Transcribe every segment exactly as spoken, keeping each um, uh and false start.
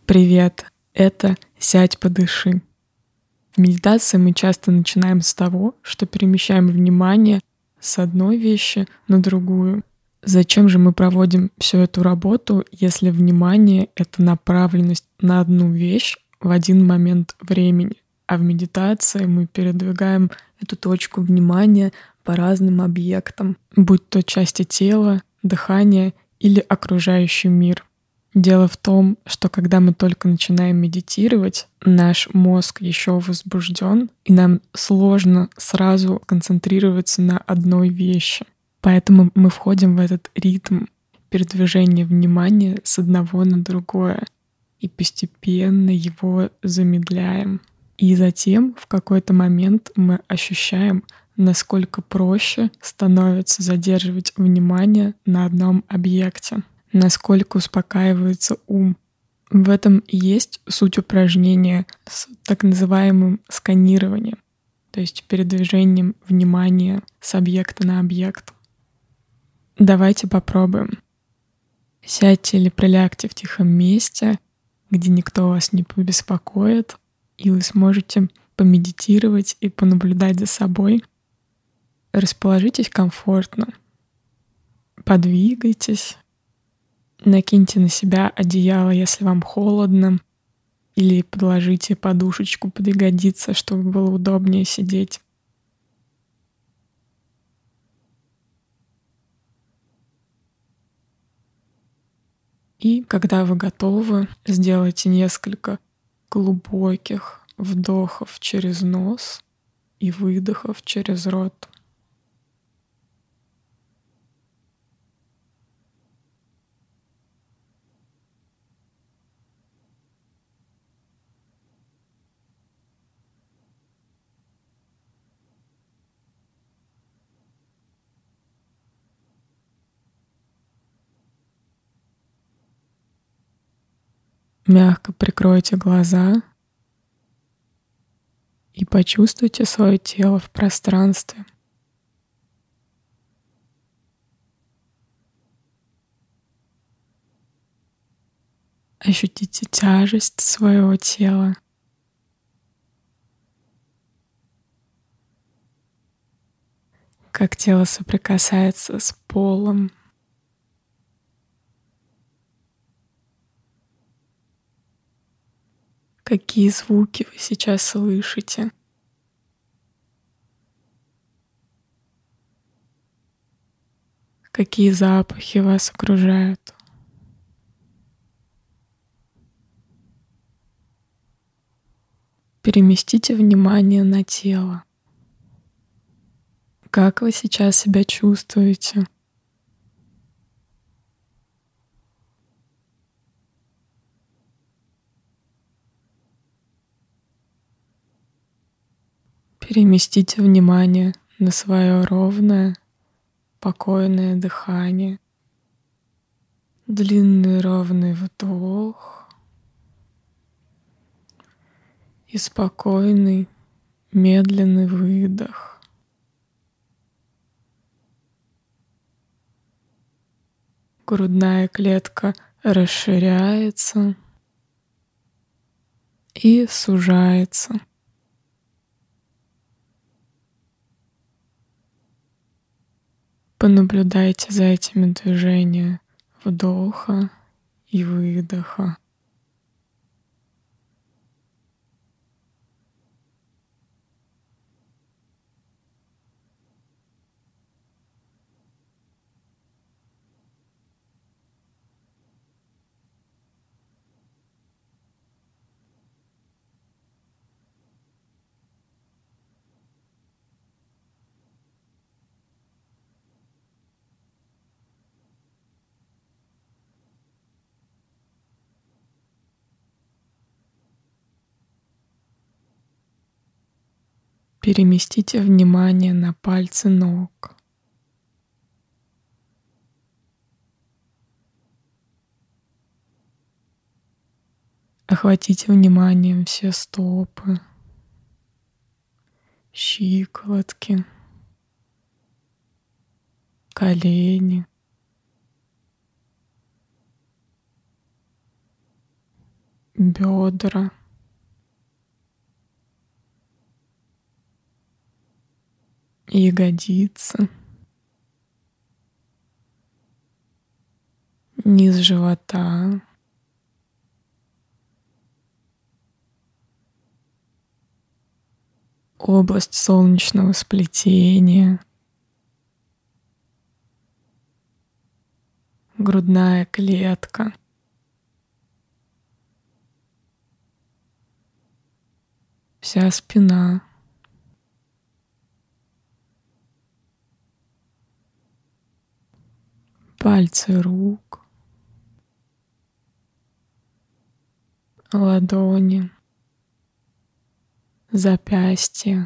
Привет, это «Сядь, подыши». В медитации мы часто начинаем с того, что перемещаем внимание с одной вещи на другую. Зачем же мы проводим всю эту работу, если внимание — это направленность на одну вещь в один момент времени? А в медитации мы передвигаем эту точку внимания по разным объектам, будь то части тела, дыхание или окружающий мир. Дело в том, что когда мы только начинаем медитировать, наш мозг еще возбужден, и нам сложно сразу концентрироваться на одной вещи. Поэтому мы входим в этот ритм передвижения внимания с одного на другое и постепенно его замедляем. И затем в какой-то момент мы ощущаем, насколько проще становится задерживать внимание на одном объекте, насколько успокаивается ум. В этом и есть суть упражнения с так называемым сканированием, то есть передвижением внимания с объекта на объект. Давайте попробуем. Сядьте или прилягте в тихом месте, где никто вас не побеспокоит, и вы сможете помедитировать и понаблюдать за собой. Расположитесь комфортно, подвигайтесь, накиньте на себя одеяло, если вам холодно, или подложите подушечку под ягодицы, чтобы было удобнее сидеть. И когда вы готовы, сделайте несколько глубоких вдохов через нос и выдохов через рот. Мягко прикройте глаза и почувствуйте свое тело в пространстве. Ощутите тяжесть своего тела. Как тело соприкасается с полом. Какие звуки вы сейчас слышите? Какие запахи вас окружают? Переместите внимание на тело. Как вы сейчас себя чувствуете? Переместите внимание на свое ровное, спокойное дыхание. Длинный ровный вдох и спокойный, медленный выдох. Грудная клетка расширяется и сужается. Понаблюдайте за этими движениями вдоха и выдоха. Переместите внимание на пальцы ног. Охватите вниманием все стопы, щиколотки, колени, бедра, ягодицы, низ живота, область солнечного сплетения, грудная клетка, вся спина, пальцы рук, ладони, запястья,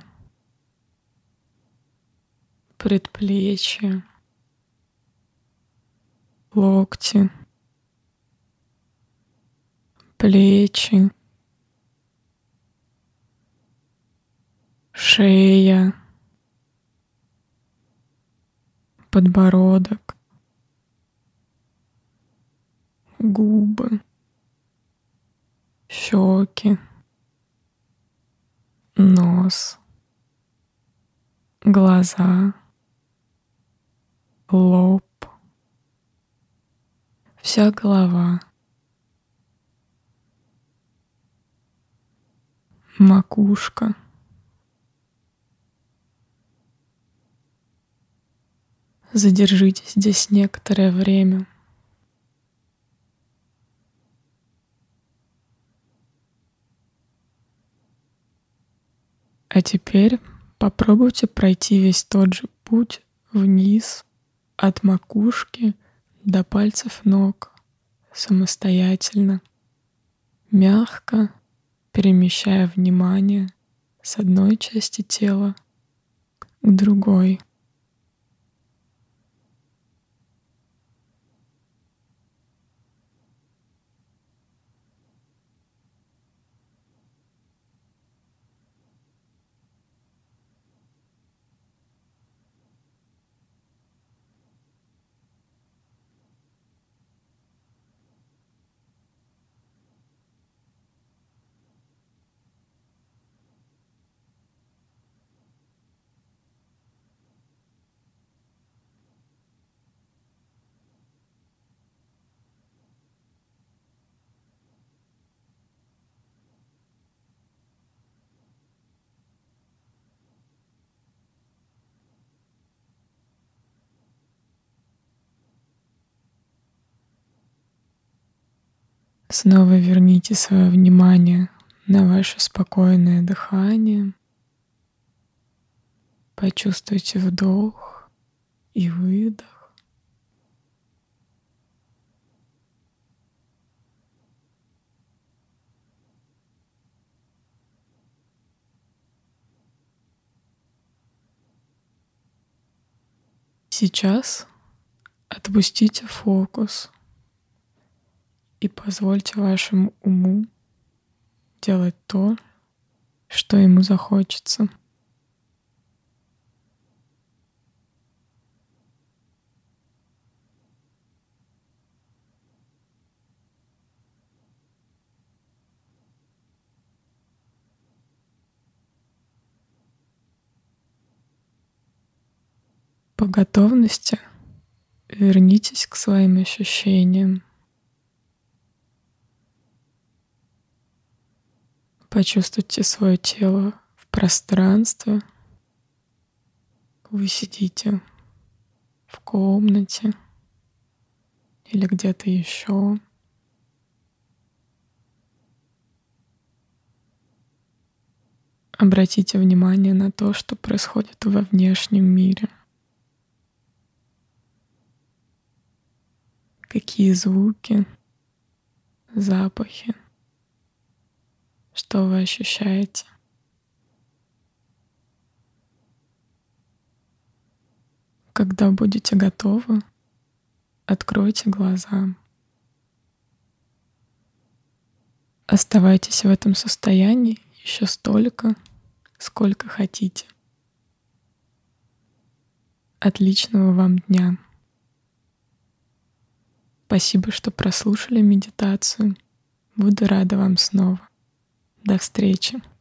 предплечья, локти, плечи, шея, подбородок, губы, щеки, нос, глаза, лоб, вся голова, макушка, задержитесь здесь некоторое время. А теперь попробуйте пройти весь тот же путь вниз от макушки до пальцев ног самостоятельно, мягко перемещая внимание с одной части тела к другой. Снова верните свое внимание на ваше спокойное дыхание. Почувствуйте вдох и выдох. Сейчас отпустите фокус и позвольте вашему уму делать то, что ему захочется. По готовности вернитесь к своим ощущениям. Почувствуйте свое тело в пространстве. Вы сидите в комнате или где-то еще. Обратите внимание на то, что происходит во внешнем мире. Какие звуки, запахи, что вы ощущаете. Когда будете готовы, откройте глаза. Оставайтесь в этом состоянии еще столько, сколько хотите. Отличного вам дня! Спасибо, что прослушали медитацию. Буду рада вам снова. До встречи.